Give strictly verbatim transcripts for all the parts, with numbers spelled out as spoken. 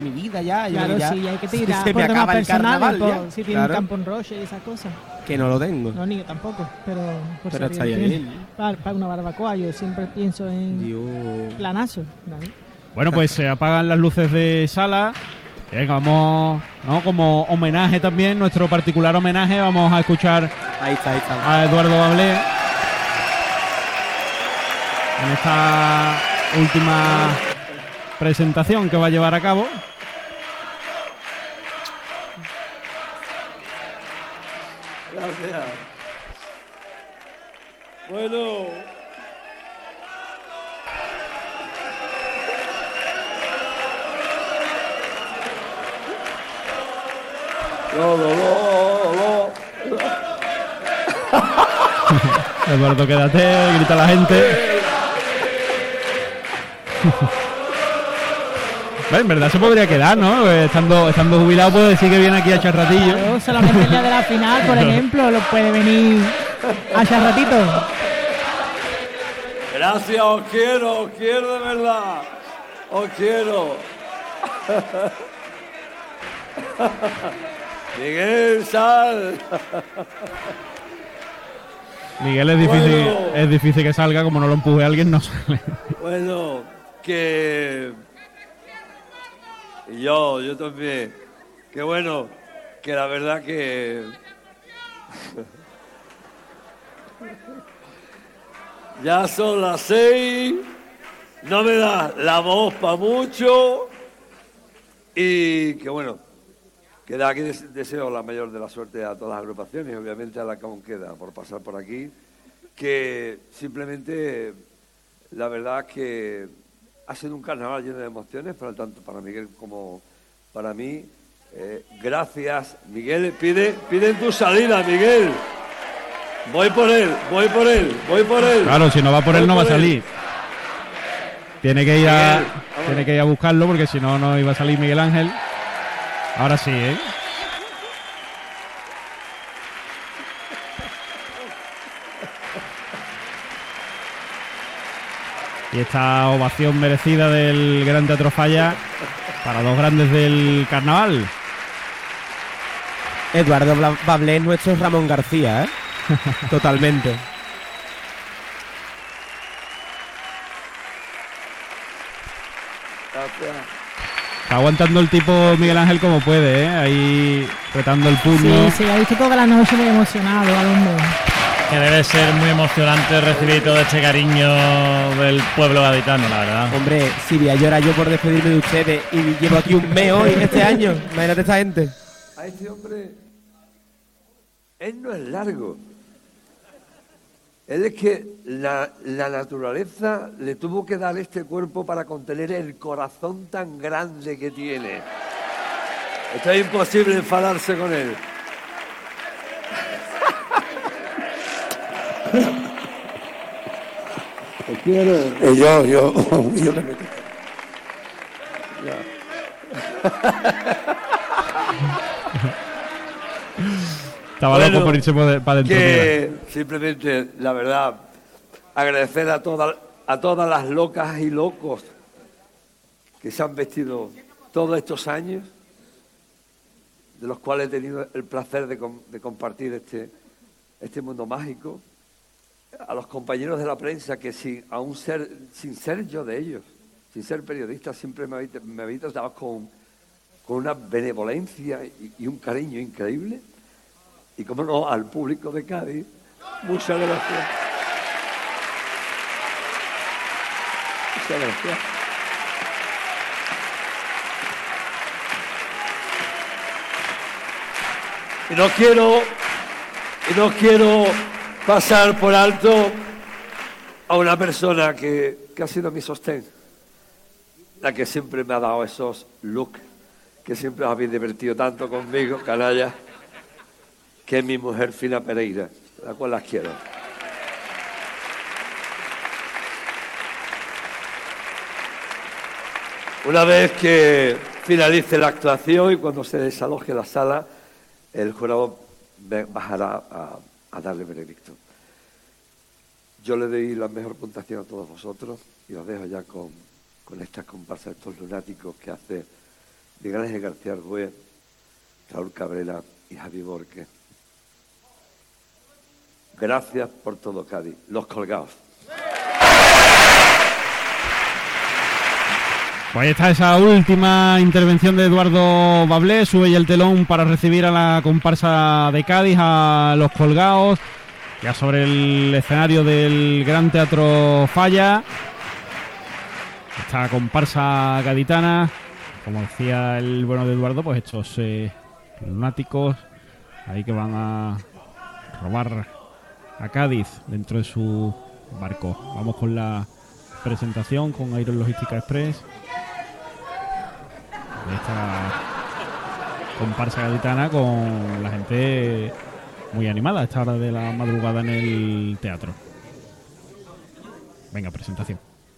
mi vida ya. Yo Claro, ya, sí, hay que tirar se por me temas acaba el carnaval personales, ya. por, si tiene Claro, un campo en roche y esas cosas. que no lo tengo. No, ni yo tampoco, pero por Pero si estaría alguien bien. tiene. Para, para una barbacoa, yo siempre pienso en Dios. planazo, ¿vale? Bueno, pues se apagan las luces de sala. Venga, vamos, ¿no? Como homenaje también, nuestro particular homenaje, vamos a escuchar Ahí está, ahí está. a Eduardo Bablé en esta última presentación que va a llevar a cabo. Gracias. Bueno. Lo, lo, lo, lo. Eduardo, quédate, grita la gente. En verdad se podría quedar, ¿no? Estando, estando jubilado puede decir que viene aquí a echar ratillo. Yo solamente el día de la final, por ejemplo, lo puede venir a echar ratito. Gracias, os quiero, os quiero de verdad. Os quiero. Miguel, sal. Miguel es difícil, Bueno. es difícil que salga, como no lo empuje alguien, no sale. Bueno, que y yo, yo también. Que bueno, que la verdad que ya son las seis, no me da la voz para mucho y que bueno, que de aquí des- deseo la mayor de la suerte a todas las agrupaciones, obviamente a la que aún queda por pasar por aquí, que simplemente la verdad que ha sido un carnaval lleno de emociones, para tanto para Miguel como para mí. Eh, gracias, Miguel. Pide, piden tu salida, Miguel. Voy por él, voy por él, voy por él. Claro, si no va por él Voy no va a por él. salir. Tiene que ir a, Miguel, vámonos. tiene que ir a buscarlo porque si no, no iba a salir Miguel Ángel. Ahora sí, ¿eh? Y esta ovación merecida del Gran Teatro Falla para dos grandes del carnaval. Eduardo Bla- Bablé es nuestro Ramón García, ¿eh? Totalmente. Gracias. Está aguantando el tipo Miguel Ángel como puede, ¿eh? Ahí retando el puño. Sí, sí, ha visto toda la noche muy emocionado al hombre. Que debe ser muy emocionante recibir todo este cariño del pueblo gaditano, la verdad. Hombre, si voy a llorar yo por despedirme de ustedes y llevo aquí un mes hoy este año. Imagínate esta gente. A este hombre, él no es largo. Él es que la, la naturaleza le tuvo que dar este cuerpo para contener el corazón tan grande que tiene. Esto es imposible enfadarse con él. Te quiero. Y yo, yo, yo le meto. Estaba Bueno, loco por irse por de- para adentro. Miguel. Que simplemente, la verdad, agradecer a todas a todas las locas y locos que se han vestido todos estos años, de los cuales he tenido el placer de, com- de compartir este, este mundo mágico, a los compañeros de la prensa que sin, aún ser, sin ser yo de ellos, sin ser periodista, siempre me habéis, me habéis tratado con, con una benevolencia y, y un cariño increíble. Y como no, al público de Cádiz, muchas gracias. Muchas gracias. Y no quiero, y no quiero pasar por alto a una persona que, que ha sido mi sostén, la que siempre me ha dado esos looks, que siempre os habéis divertido tanto conmigo, canalla, que es mi mujer Fina Pereira, la cual las quiero. Una vez que finalice la actuación y cuando se desaloje la sala, el jurado ve- bajará a, a darle veredicto. Yo le doy la mejor puntuación a todos vosotros y os dejo ya con, con estas comparsas, estos lunáticos que hace Miguel Ángel García Arbuez, Raúl Cabrera y Javi Borges. Gracias por todo, Cádiz. Los colgados. Pues ahí está esa última intervención de Eduardo Bablé. Sube ya el telón para recibir a la comparsa de Cádiz, a Los Colgados, ya sobre el escenario del Gran Teatro Falla. Esta comparsa gaditana, como decía el bueno de Eduardo, pues estos eh, lunáticos ahí que van a robar a Cádiz dentro de su barco. Vamos con la presentación con Iron Logística Express. Esta comparsa gaditana con la gente muy animada a esta hora de la madrugada en el teatro. Venga, presentación.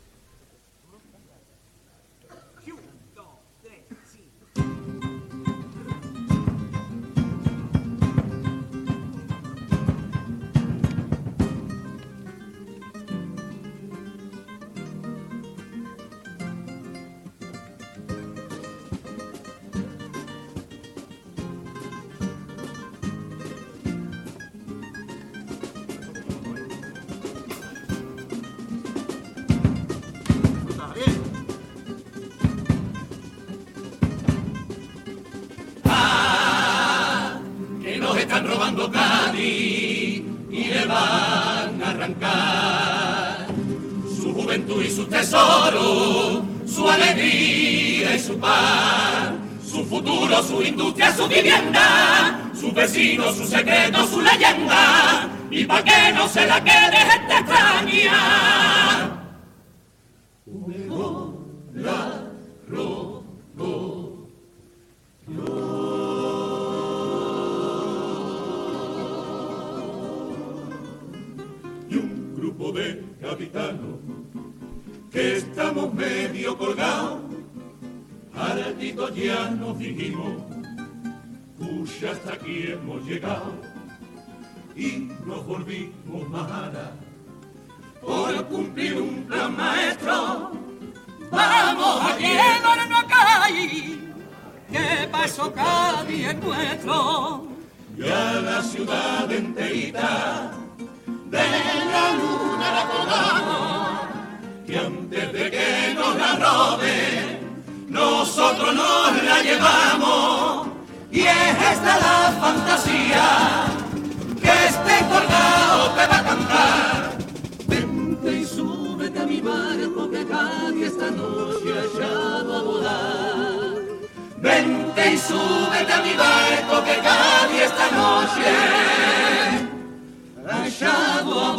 Están robando Cádiz y le van a arrancar su juventud y su tesoro, su alegría y su paz, su futuro, su industria, su vivienda, sus vecinos, sus secretos, su leyenda, y pa' que no se la quede gente extraña. Luego la robó de capitanos que estamos medio colgados, al ratito ya nos dijimos, pucha, hasta aquí hemos llegado, y nos volvimos majaras por cumplir un plan maestro. Vamos a llevarnos a Cádiz, que pasó Cádiz es nuestro, ya la ciudad enterita de la luna la colgamos, que antes de que nos la roben, nosotros nos la llevamos, y es esta la fantasía que este colgado te va a cantar. Vente y súbete a mi barco, que Cádiz esta noche ha echado a volar. Vente y súbete a mi barco, que Cádiz esta noche ha echado a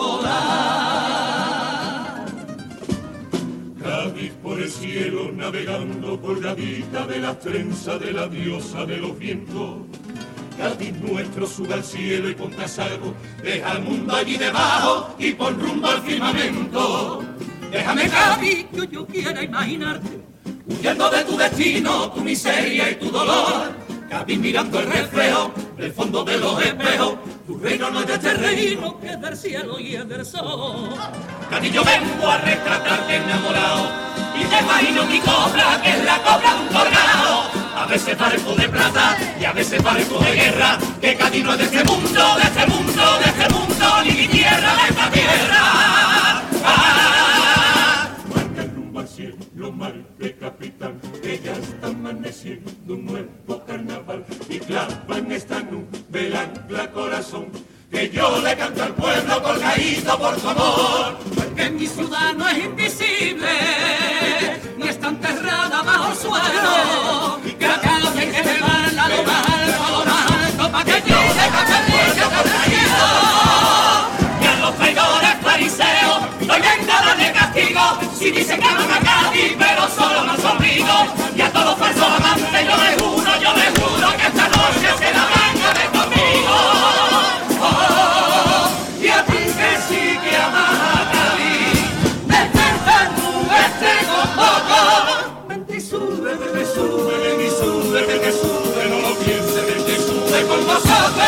volar. Cádiz por el cielo navegando por la vida de las trenzas de la diosa de los vientos. Cádiz nuestro sube al cielo y ponte a salvo, deja el mundo allí debajo y pon rumbo al firmamento. Déjame, Cádiz, que yo quiera imaginarte, huyendo de tu destino, tu miseria y tu dolor. Cádiz mirando el reflejo del fondo de los espejos, tu reino no es de este reino, que es del cielo y es del sol. Cádiz, yo vengo a rescatarte enamorado, y te imagino mi cobra, que es la cobra de un colgado. A veces parezco de plata y a veces parezco de guerra, que Cádiz no es de este mundo, de este mundo, de este mundo, ni mi tierra, de esta tierra. Ah, marca el rumbo al cielo, mar de capitán, que ya está amaneciendo un nuevo carnaval, y clava en esta nube el ancla corazón, que yo le canto al pueblo colgadito por tu amor. Porque mi ciudad no es invisible, ni está enterrada bajo el suelo, que acá hay que llevarla a lo más alto, a lo más alto, pa' que llegue, pa' que llegue colgadito. Y a los traidores fariseos no venga a darle castigo, si dicen que van a Cádiz, pero solo no son ricos. Y a todos falsos amantes yo les juro, yo les juro que esta noche se la van a ver conmigo. Oh, y a ti que sí que amas a Cádiz, despertar nubes te convoco. Vente y sube, vente, sube, ven y sube, vente, sube, no lo pienses, vente, sube con nosotros.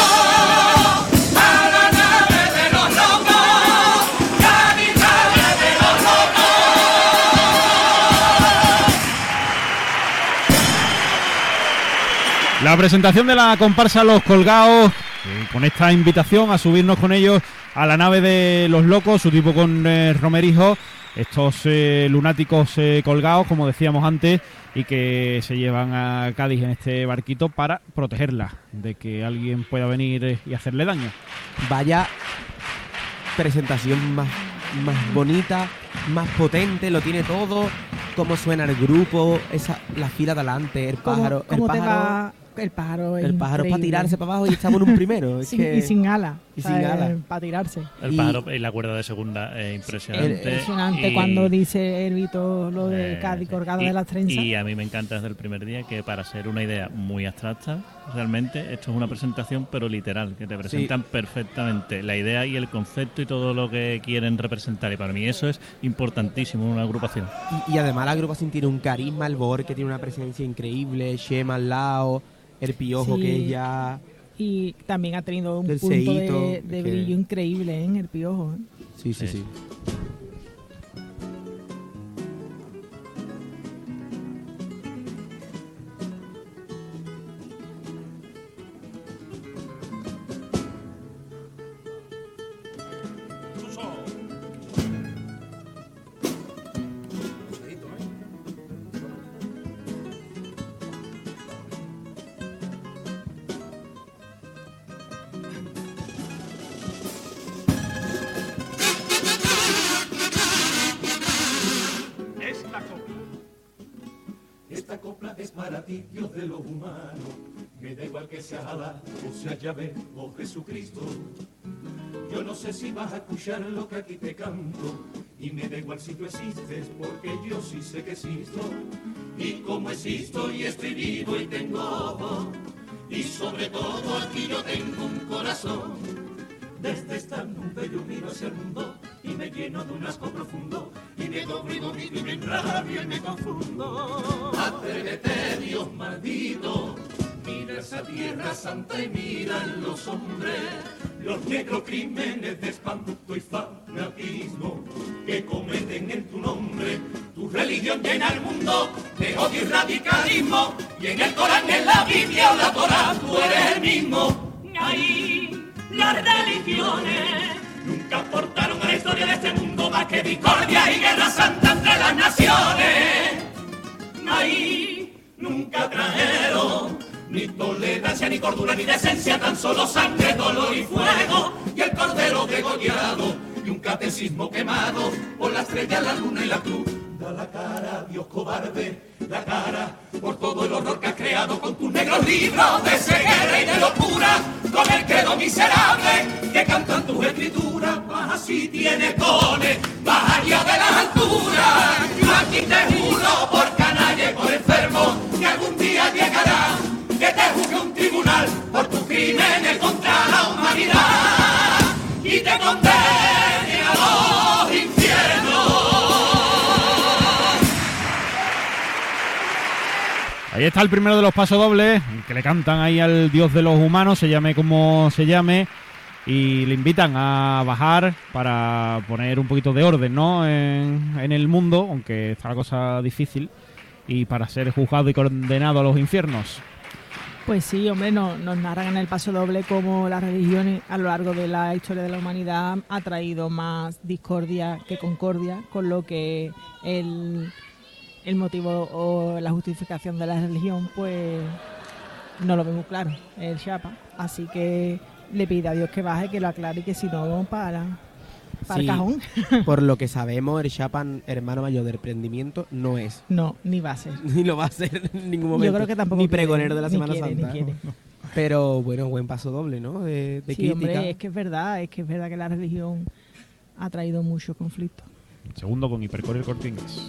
La presentación de la comparsa Los Colgados, eh, con esta invitación a subirnos con ellos a la nave de Los Locos, su tipo con eh, Romerijo, estos eh, lunáticos eh, colgados, como decíamos antes, y que se llevan a Cádiz en este barquito para protegerla de que alguien pueda venir eh, y hacerle daño. Vaya presentación más, más bonita, más potente, lo tiene todo. Cómo suena el grupo, esa, la fila de adelante, el ¿Cómo- pájaro. cómo el te pájaro, va? El pájaro es el pájaro para increíble. tirarse para abajo y estamos en un primero. Es Sin- que- Y sin ala. y sin ala. Para tirarse. El Y- pájaro y la cuerda de segunda es impresionante. Impresionante Y- cuando dice el Vito lo de Eh, Cádiz colgado y- de las trenzas. Y a mí me encanta desde el primer día que, para ser una idea muy abstracta, realmente esto es una presentación pero literal, que te presentan perfectamente la idea y el concepto y todo lo que quieren representar, y para mí eso es importantísimo en una agrupación. Y, y además la agrupación tiene un carisma, el Bor que tiene una presencia increíble, Shema al lado, el Piojo Sí. que es ya... Y también ha tenido un Del punto seíto, de, de que- brillo increíble en el Piojo. ¿eh? Sí, sí, Sí. sí. Esta copla es para ti, Dios de los humanos. Me da igual que sea Alá, o sea Yahvé, o Jesucristo. Yo no sé si vas a escuchar lo que aquí te canto, y me da igual si tú existes, porque yo sí sé que existo. Y como existo y estoy vivo y tengo ojos, y sobre todo aquí yo tengo un corazón. Desde esta nube yo miro hacia el mundo y me lleno de un asco profundo, y me doblo y vomito y me enrabio y me confundo. Atrévete, Dios maldito, mira esa tierra santa y mira en los hombres los negros crímenes de espanto y fanatismo que cometen en tu nombre. Tu religión llena el mundo de odio y radicalismo, y en el Corán, en la Biblia o la Torá tú eres el mismo. Ahí las religiones nunca aportaron a la historia de este mundo más que discordia y guerra santa entre las naciones. Ahí nunca trajeron ni tolerancia, ni cordura, ni decencia, tan solo sangre, dolor y fuego, y el cordero degollado, y un catecismo quemado por la estrella, la luna y la cruz. Da la cara, Dios cobarde, la cara por todo el horror que has creado con tus negros libros de ceguera y de locura, con el credo miserable que cantan tus escrituras. Más así tienes cones, más allá de las alturas. Yo aquí te juro por canalla y por enfermo que algún día llegará que te juzgue un tribunal por tus crímenes contra la humanidad y te condene a los infiernos. Ahí está el primero de los pasodobles, que le cantan ahí al dios de los humanos, se llame como se llame, y le invitan a bajar para poner un poquito de orden, ¿no?, en, en el mundo, aunque está la cosa difícil, y para ser juzgado y condenado a los infiernos. Pues sí, hombre, no, nos narran en el paso doble cómo las religiones a lo largo de la historia de la humanidad ha traído más discordia que concordia, con lo que el, el motivo o la justificación de la religión pues no lo vemos claro, el Chapa. Así que le pide a Dios que baje, que lo aclare y que si no, para, para Sí. el cajón. Por lo que sabemos, el Chapan, hermano mayor del emprendimiento, no es. No, ni va a ser. Ni lo va a hacer en ningún momento. Yo creo que tampoco Ni quiere, pregonero de la ni Semana quiere, Santa. ni quiere. Pero bueno, buen paso doble, ¿no? De, de Sí, crítica. hombre, es que es verdad, es que es verdad que la religión ha traído mucho conflicto. Segundo con Hipercore el Corte Inglés.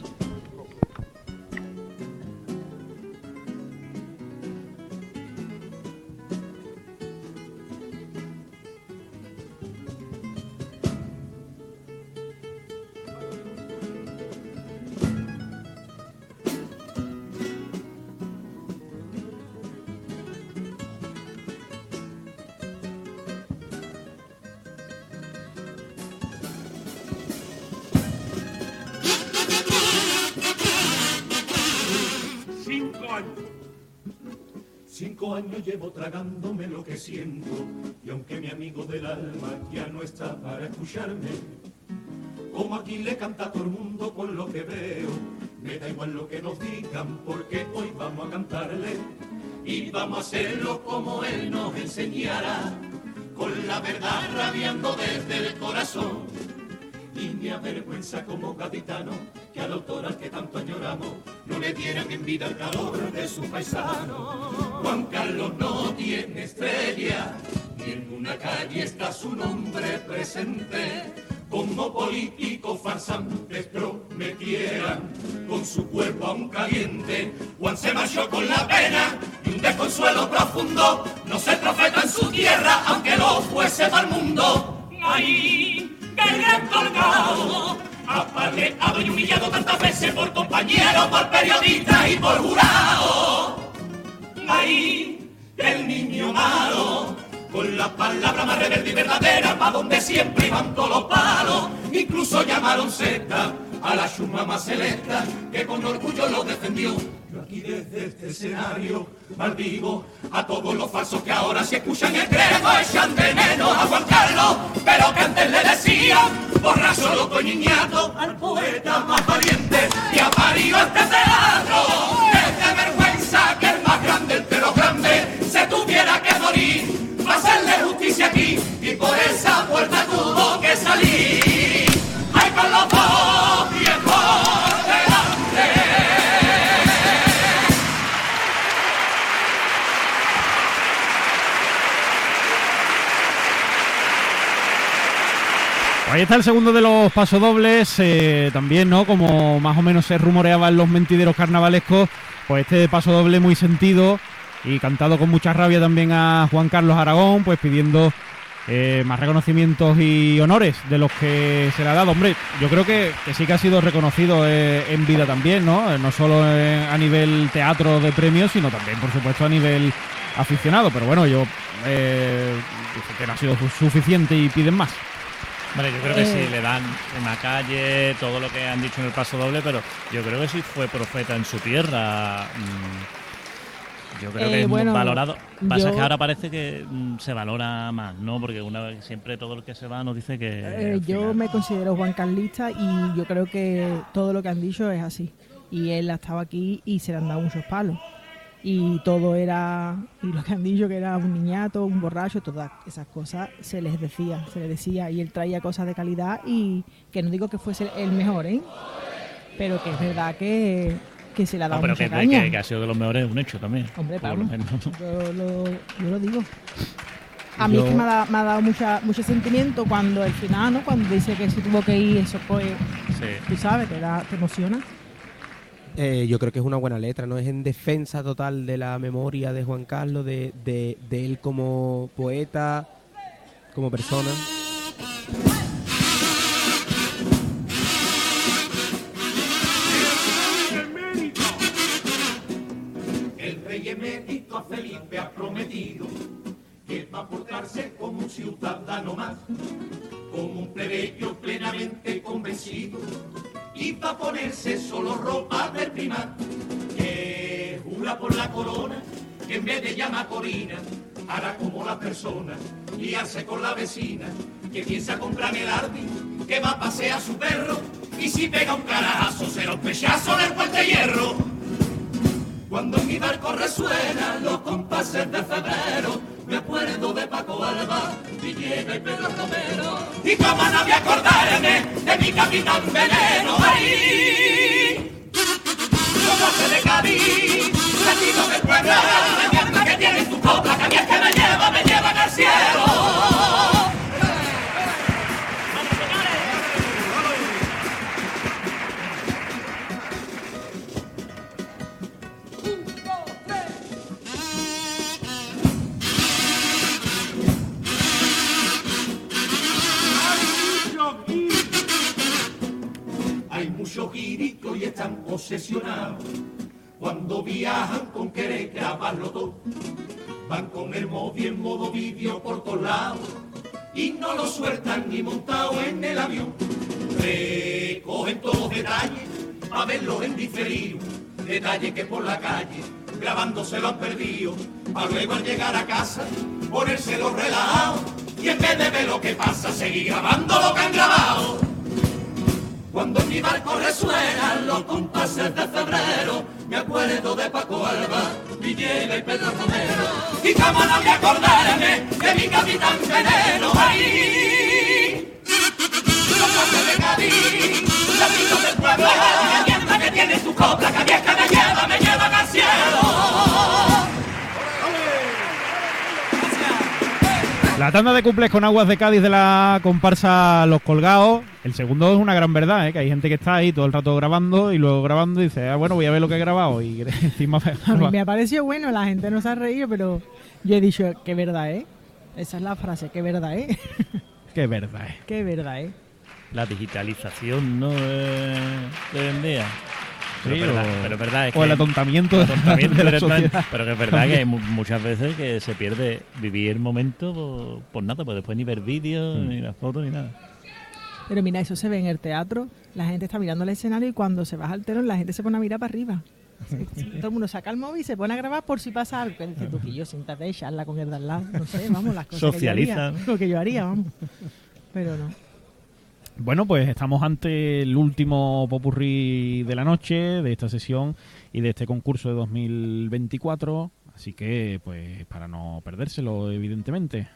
Cinco años llevo tragándome lo que siento, y aunque mi amigo del alma ya no está para escucharme, como aquí le canta a todo el mundo con lo que veo, me da igual lo que nos digan, porque hoy vamos a cantarle, y vamos a hacerlo como él nos enseñará, con la verdad rabiando desde el corazón. Y me avergüenza como gaditano que al autor al que tanto añoramos no le dieran en vida el calor de su paisano. Juan Carlos no tiene estrella, ni en una calle está su nombre presente. Como políticos farsantes prometieran con su cuerpo aún caliente. Juan se marchó con la pena y un desconsuelo profundo. No se profeta en su tierra, aunque lo fuese para el mundo. ¡Ay! El gran colgado, apaleado y humillado tantas veces por compañeros, por periodistas y por jurados. Ahí, el niño malo, con la palabra más rebelde y verdadera, pa' donde siempre iban todos los palos. Incluso llamaron secta a la chuma más celesta, que con orgullo lo defendió. Yo aquí desde este escenario maldigo a todos los falsos que ahora si escuchan el credo echan de menos a Juan Carlos, pero que antes le decían borracho, loco y niñato al poeta más valiente que ha parido este teatro. Es de vergüenza que el más grande, el pero grande, se tuviera que morir para hacerle justicia aquí, y por esa puerta tuvo que salir. ¡Ay, con los dos pies por delante! Ahí está el segundo de los pasodobles, eh, también, ¿no? Como más o menos se rumoreaba en los mentideros carnavalescos, pues este pasodoble muy sentido y cantado con mucha rabia también a Juan Carlos Aragón, pues pidiendo eh, más reconocimientos y honores de los que se le ha dado. Hombre, yo creo que, que sí que ha sido reconocido eh, en vida también, ¿no? Eh, no solo eh, a nivel teatro de premios, sino también, por supuesto, a nivel aficionado. Pero bueno, yo eh, dije que no ha sido suficiente y piden más. Vale, yo creo que Eh. sí, le dan en la calle todo lo que han dicho en el paso doble, pero yo creo que sí fue profeta en su tierra. Mm, Yo creo Eh, que es bueno, muy valorado. Pasa yo- que ahora parece que mm, se valora más, ¿no? Porque una vez siempre todo el que se va nos dice que... Eh, al yo final- me considero Juan Carlista y yo creo que todo lo que han dicho es así. Y él ha estado aquí y se le han dado muchos palos. Y todo era, y lo que han dicho que era un niñato, un borracho, todas esas cosas se les decía, se les decía. Y él traía cosas de calidad y que no digo que fuese el mejor, ¿eh? Pero que es verdad que, que se le ha No, dado pero mucha que, caña. que, que ha sido de los mejores es un hecho también. Hombre, Por Pablo, lo menos. yo lo, yo lo digo. A mí Yo- es que me ha dado, me ha dado mucha, mucho sentimiento cuando al final, ¿no? Cuando dice que se tuvo que ir, eso pues, Sí. tú sabes, te, da, te emociona. Eh, yo creo que es una buena letra, ¿no? Es en defensa total de la memoria de Juan Carlos, de, de, de él como poeta, como persona. El rey emérito a Felipe ha prometido que va a portarse como un ciudadano más, como un plebeyo plenamente convencido, y va a ponerse solo ropa del primar, que jura por la corona, que en vez de llamar Corina, hará como la persona, liarse con la vecina, que piensa comprar el Ardi, que va a pasear a su perro, y si pega un carajazo será un pechazo en el puente hierro. Cuando en mi barco resuenan los compases de febrero, me acuerdo de Paco Alba, Villegas y Pedro Romero. Y cómo no voy a acordarme de mi capitán Veneno. ¡Ay! Yo sé de Cádiz, latino del pueblo, mi alma que tiene en tu copla, que a mí es que me lleva, me llevan al cielo. Hay muchos guiricos y están obsesionados cuando viajan con querer grabarlo todo. Van con el móvil en modo vídeo por todos lados y no lo sueltan ni montado en el avión. Recogen todos los detalles para verlos en diferido, detalles que por la calle grabando se lo han perdido, para luego al llegar a casa ponérselo relajado y en vez de ver lo que pasa seguir grabando lo que han grabado. Cuando en mi barco resuenan los compases de febrero, me acuerdo de Paco Alba, Villela y Pedro Romero, y cómo no voy a acordarme de mi capitán Veneno. ¡Ay! Los pases de Cádiz, latidos del pueblo, la mierda que tiene tu copla, que vieja me lleva, me llevan al cielo. La tanda de cuplés con Aguas de Cádiz de la comparsa Los Colgados. El segundo es una gran verdad, ¿eh? Que hay gente que está ahí todo el rato grabando y luego grabando y dice, ah, bueno, voy a ver lo que he grabado. Y encima a mí me ha parecido bueno, la gente no se ha reído, pero yo he dicho, qué verdad, ¿eh? Esa es la frase, qué verdad, ¿eh? Qué verdad, ¿eh? Qué verdad, ¿eh? La digitalización, ¿no? De, de hoy en día. Pero, Sí, es verdad, o, pero es verdad, es o que el atontamiento, el atontamiento de la pero, sociedad. pero que es verdad que hay mu- muchas veces que se pierde vivir el momento por, por nada, pues después ni ver vídeos, Mm. ni las fotos, ni nada. Pero mira, eso se ve en el teatro, la gente está mirando el escenario y cuando se baja al telón la gente se pone a mirar para arriba. Todo el mundo saca el móvil y se pone a grabar por si pasa algo. Que dice tú, que yo siéntate y charla con el de al lado. No sé, vamos, las cosas Socializa, que yo haría. ¿no? Lo que yo haría, vamos. Pero no. Bueno, pues estamos ante el último popurrí de la noche, de esta sesión y de este concurso de dos mil veinticuatro. Así que, pues, para no perdérselo, evidentemente.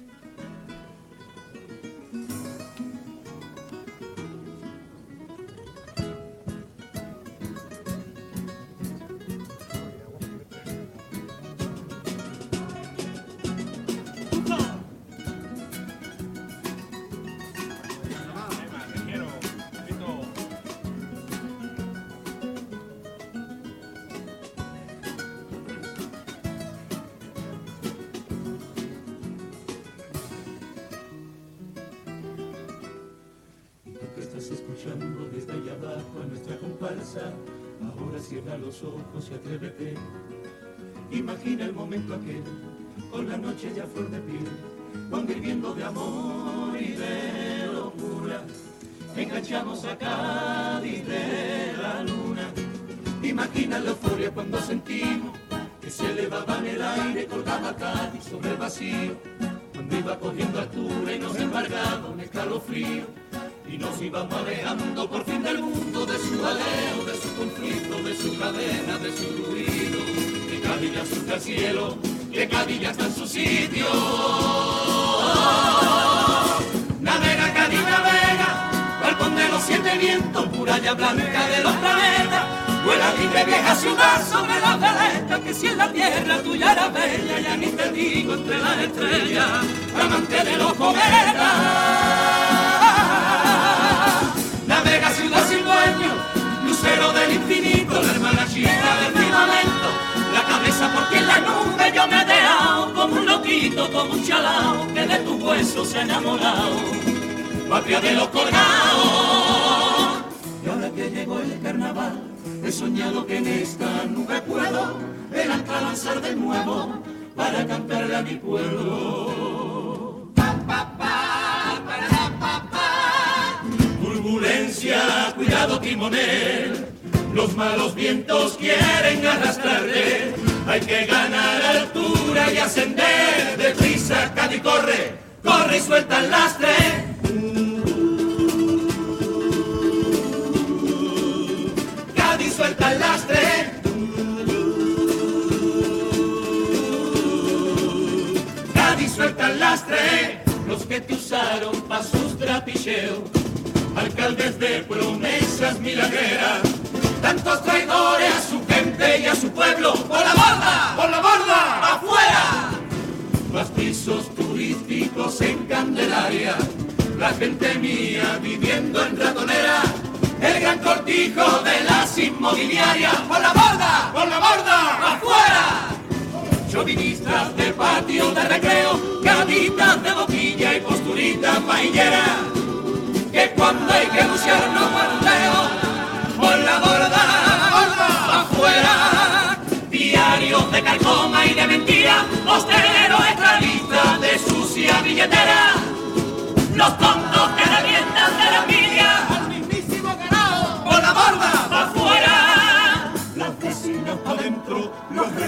Que estás escuchando desde allá abajo a nuestra comparsa, ahora cierra los ojos y atrévete. Imagina el momento aquel, con la noche ya flor de piel, cuando hirviendo de amor y de locura, enganchamos a Cádiz de la luna. Imagina la euforia cuando sentimos que se elevaba en el aire, colgaba Cádiz sobre el vacío, cuando iba cogiendo altura y nos embargaba un escalofrío. Y nos íbamos alejando por fin del mundo, de su aleo, de su conflicto, de su cadena, de su ruido. Que Cádiz ya surca al cielo, que Cádiz ya está en su sitio. Navega, Cádiz, navega, balcón de los siete vientos, muralla blanca de los planetas. Vuela libre vieja ciudad sobre la veleta, que si en la tierra tuya era bella, ya ni te digo entre las estrellas, amante de los cometas. Navega ciudad sin dueño, lucero del infinito, la hermana chica del firmamento, la cabeza porque en la nube yo me he dejado, como un loquito, como un chalao, que de tus huesos se ha enamorado, patria de los colgados. Y ahora que llegó el carnaval, he soñado que en esta nube puedo el ancla lanzar de nuevo, para cantarle a mi pueblo. Pa, pa, pa, para, pa, pa. Turbulencia, cuidado timonel, los malos vientos quieren arrastrarte, hay que ganar altura y ascender, deprisa Cádiz corre, corre y suelta el lastre. Cádiz suelta el lastre. Cádiz suelta el lastre, los que te usaron pa' sus trapicheos, alcaldes de promesas milagreras, tantos traidores a su gente y a su pueblo, ¡por la borda! ¡Por la borda! ¡Afuera! Más pisos turísticos en Candelaria, la gente mía viviendo en ratonera, el gran cortijo de las inmobiliarias, ¡por la borda! ¡Por la borda! ¡Afuera! Chauvinistas de patio de recreo, gavitas de boquilla y posturitas pailleras, que cuando hay que luciarnos bandeo, por la borda, borda, afuera. Diarios de carcoma y de mentira, hosteleros extralistas de sucia billetera, los tontos que revientan de la envidia, al mismísimo ganado, por la borda, afuera. Las vecinas pa' dentro, los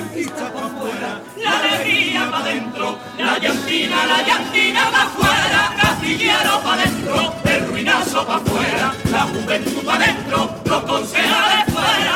la llantina pa' afuera, castillero pa' dentro, el ruinazo pa' afuera, la juventud pa' dentro, los concejales fuera.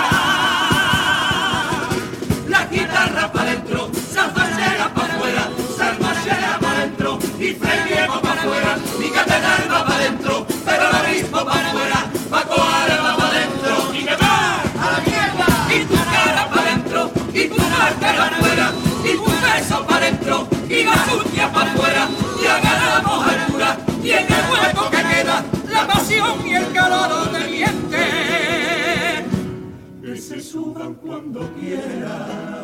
La guitarra pa' dentro, salvachera pa' afuera, salvachera pa' dentro, y Fray Diego pa' afuera, mi catedral va pa' dentro, pero el obispo pa' afuera, Paco Ara va pa' dentro, y que va a la mierda, y tu cara pa' dentro, y tu cartera afuera, y tu beso pa' dentro, y la sucia pa' afuera, y agarramos altura, y en el hueco que queda, la pasión y el calor del viento, que se suban cuando quieran.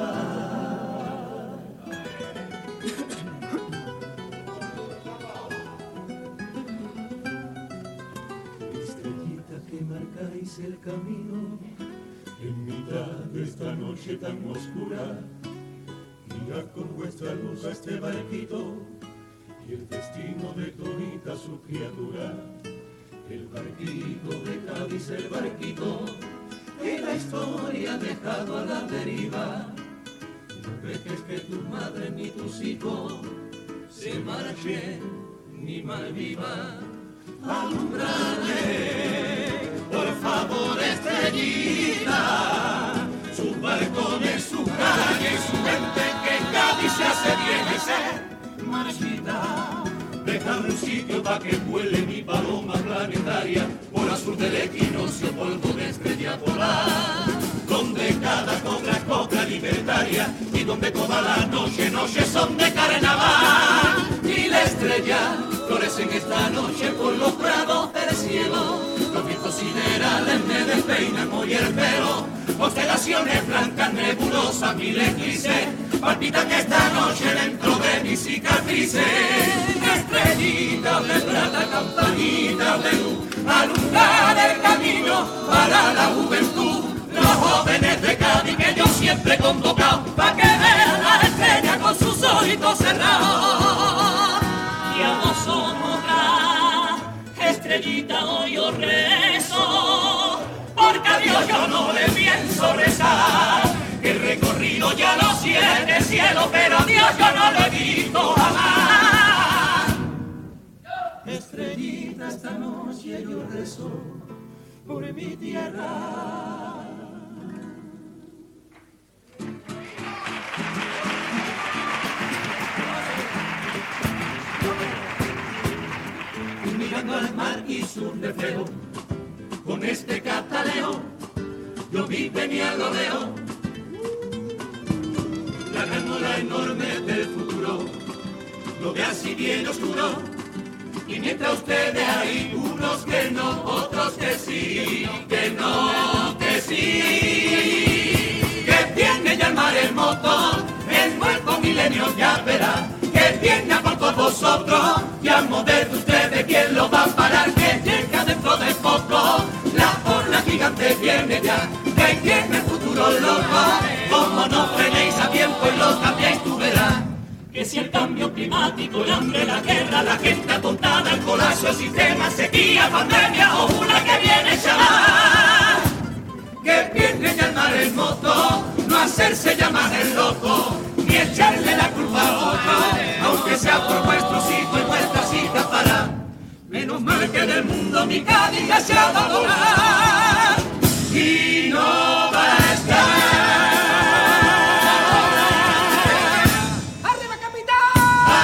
Estrellita que marcáis el camino en mitad de esta noche tan oscura, guía con vuestra luz a este barquito y el destino de todita su criatura. El barquito de Cádiz, el barquito que la historia ha dejado a la deriva. No dejes que tu madre ni tus hijos se marchen ni malviva. Alumbrarle, por favor, estrellita, sus balcones, su calle, su gente, que Cádiz se hace bien y se marchita. Deja un sitio pa' que vuele mi paloma planetaria por azul del equinoccio, polvo de estrella polar, donde cada cobra es cobra libertaria y donde toda la noche, noche son de carnaval. Y la estrella florece en esta noche por los prados del cielo, los vientos siderales me despeinan hoy el pelo, constelaciones blancas, nebulosas, mil eclipses palpitan esta noche dentro de mis cicatrices. Estrellita de plata, campanita de luz, alumbrar el camino para la juventud. Los jóvenes de Cádiz que yo siempre he convocado pa' que vean la estrella con sus ojitos cerrados. Y a vosotras, estrellita, hoy os rezo, porque a Dios yo no le pienso rezar. El recorrido ya lo siete cielo, pero a Dios yo no lo he visto jamás. Estrellita, esta noche yo rezo por mi tierra. Mirando al mar y su reflejo, con este cataleo, yo vi venir al rodeo, la granola enorme del futuro, lo ve así bien oscuro, y mientras ustedes hay unos que no, otros que sí, que no, que sí, que tiene ya el mar el motor, el nuevo milenio ya verá, que tiene a por todos vosotros, y al mover de ustedes quién lo va a parar, que llega dentro de poco, la ola gigante viene ya, que tiene el futuro loco, como no frenéis a tiempo y lo cambiáis tú verás, que si el cambio climático, el hambre, la guerra, la gente atontada, el colapso, el sistema, sequía, pandemia o una que viene chaval, que viene ya al mar el moto, no hacerse llamar el loco, ni echarle la culpa a otro, aunque sea por vuestros hijos y vuestras hijas para. Menos mal que en el mundo mi Cádiz ya se ha dado volar y no va a estar. ¡Arriba, capitán!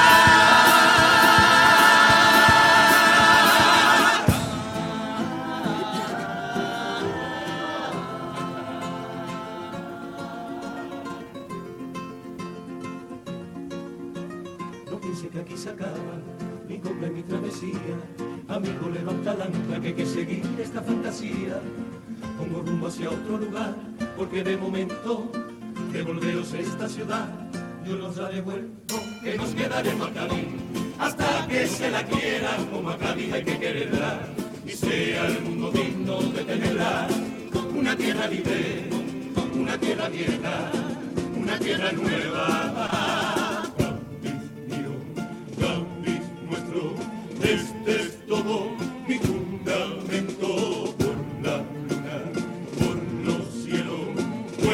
No piense que aquí se acaba mi copla y mi travesía. Amigo, levanta la ancla que hay que seguir esta fantasía. Pongo rumbo hacia otro lugar, porque de momento devolveros esta ciudad yo nos la devuelvo, que nos quedaremos a Cádiz hasta que se la quiera, como a Cádiz hay que quererla y sea el mundo digno de tenerla. Una tierra libre, una tierra vieja, una tierra nueva. Cádiz mío, Cádiz nuestro, este es todo mi fundamento. Por la luna, por los cielos,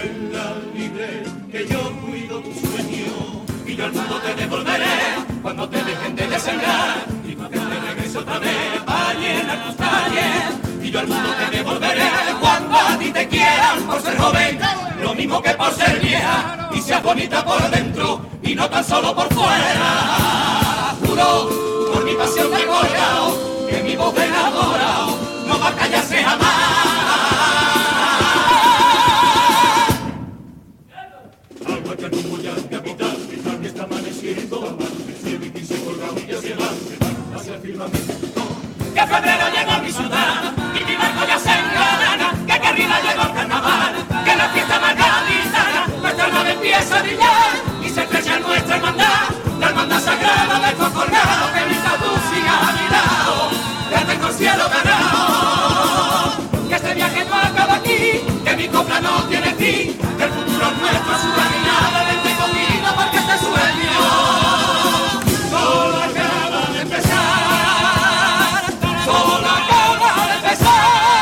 vuela libre, que yo cuido tu sueño y yo al mundo te devolveré cuando te al mundo te devolveré cuando a ti te quieran por ser joven, lo mismo que por ser vieja, y seas bonita por dentro y no tan solo por fuera. Juro por mi pasión te he colgado, que mi voz de enamorado no va a callarse jamás. Agua que rumbo ya al capital, que está amaneciendo, amaneciendo y quince colgado y hacia adelante, hacia el firmamento. Que febrero llegó a mi ciudad y mi barco ya se engalana, que que arriba llegó el carnaval, que la fiesta más gaditana, nuestra nave empieza a brillar y se estrecha nuestra hermandad, la hermandad sagrada del colgado, que mi tú sigas a mi lado, desde con cielo ganado, que este viaje no acaba aquí, que mi copla no tiene fin, que el futuro es nuestro, su caminada, vente conmigo porque este sueño solo acaba de empezar, solo acaba de empezar.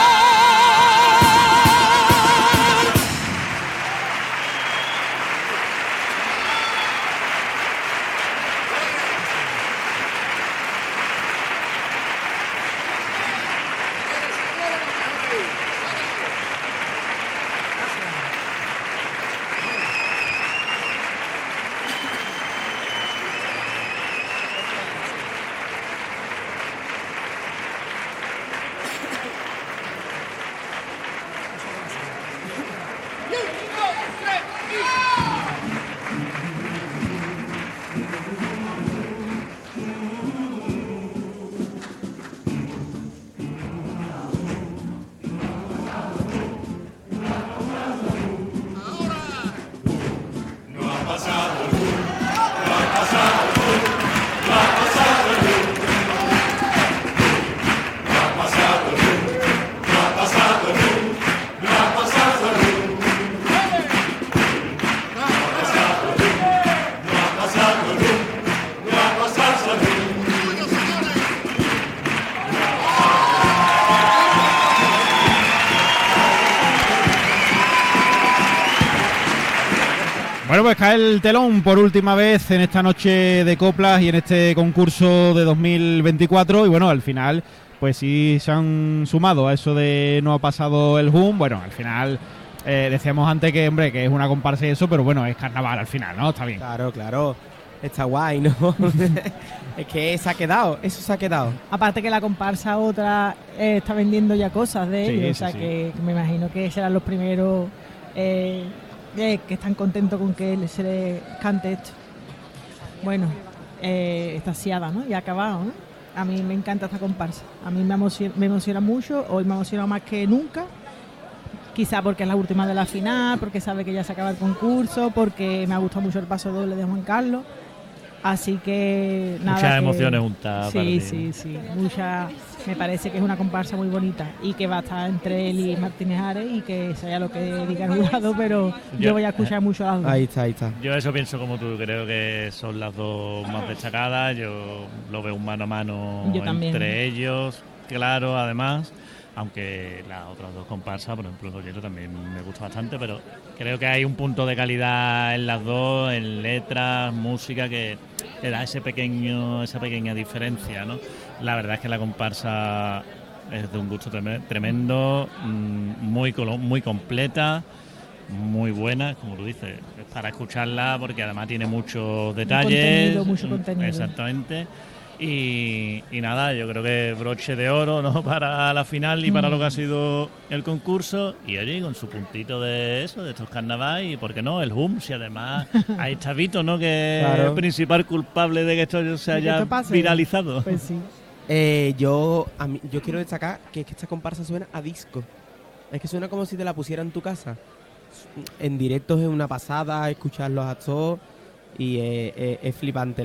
Bueno, pues cae el telón por última vez en esta noche de coplas y en este concurso de dos mil veinticuatro y bueno, al final pues sí se han sumado a eso de no ha pasado el Hum. Bueno, al final eh, decíamos antes que, hombre, que es una comparsa y eso, pero bueno, es carnaval al final, ¿no? Está bien. Claro, claro. Está guay, ¿no? Es que se ha quedado, eso se ha quedado. Aparte que la comparsa otra eh, está vendiendo ya cosas de Sí, ellos, sí, o sea sí. que, que me imagino que serán los primeros eh, eh, que están contentos con que se les cante esto. Bueno, eh, extasiada, ¿no? Y ha acabado, ¿no? A mí me encanta esta comparsa. A mí me emociona, me emociona mucho, hoy me emociona más que nunca. Quizá porque es la última de la final, porque sabe que ya se acaba el concurso, porque me ha gustado mucho el paso doble de Juan Carlos. Así que nada. Muchas que, emociones juntas. Sí, para ti. sí, sí. Mucha, me parece que es una comparsa muy bonita y que va a estar entre él y Martínez Ares y que sea lo que diga el jurado, pero yo, Yo- voy a escuchar mucho a las dos. Ahí está, ahí está. Yo eso pienso como tú, creo que son las dos más destacadas, yo lo veo un mano a mano Yo también. entre ellos, claro, además, aunque las otras dos comparsas, por ejemplo, el Goyero también me gusta bastante, pero creo que hay un punto de calidad en las dos, en letras, música, que le da ese pequeño, esa pequeña diferencia, ¿no? La verdad es que la comparsa es de un gusto treme- tremendo, mm, muy, colo- muy completa, muy buena, como tú dices, es para escucharla porque además tiene muchos detalles. contenido, mucho Mm, contenido. Exactamente. Y, y nada, yo creo que broche de oro, ¿no? Para la final y para Mm. lo que ha sido el concurso. Y oye, con su puntito de eso, de estos carnavales, y por qué no, el Hum, si además hay Chavito, ¿no? Que es Claro. el principal culpable de que esto se De que haya esto pase. viralizado. Pues sí. Eh, yo, a mí- yo quiero destacar que, es que esta comparsa suena a disco. Es que suena como si te la pusiera en tu casa. En directo es una pasada, escucharlos a todos y eh, eh, es flipante.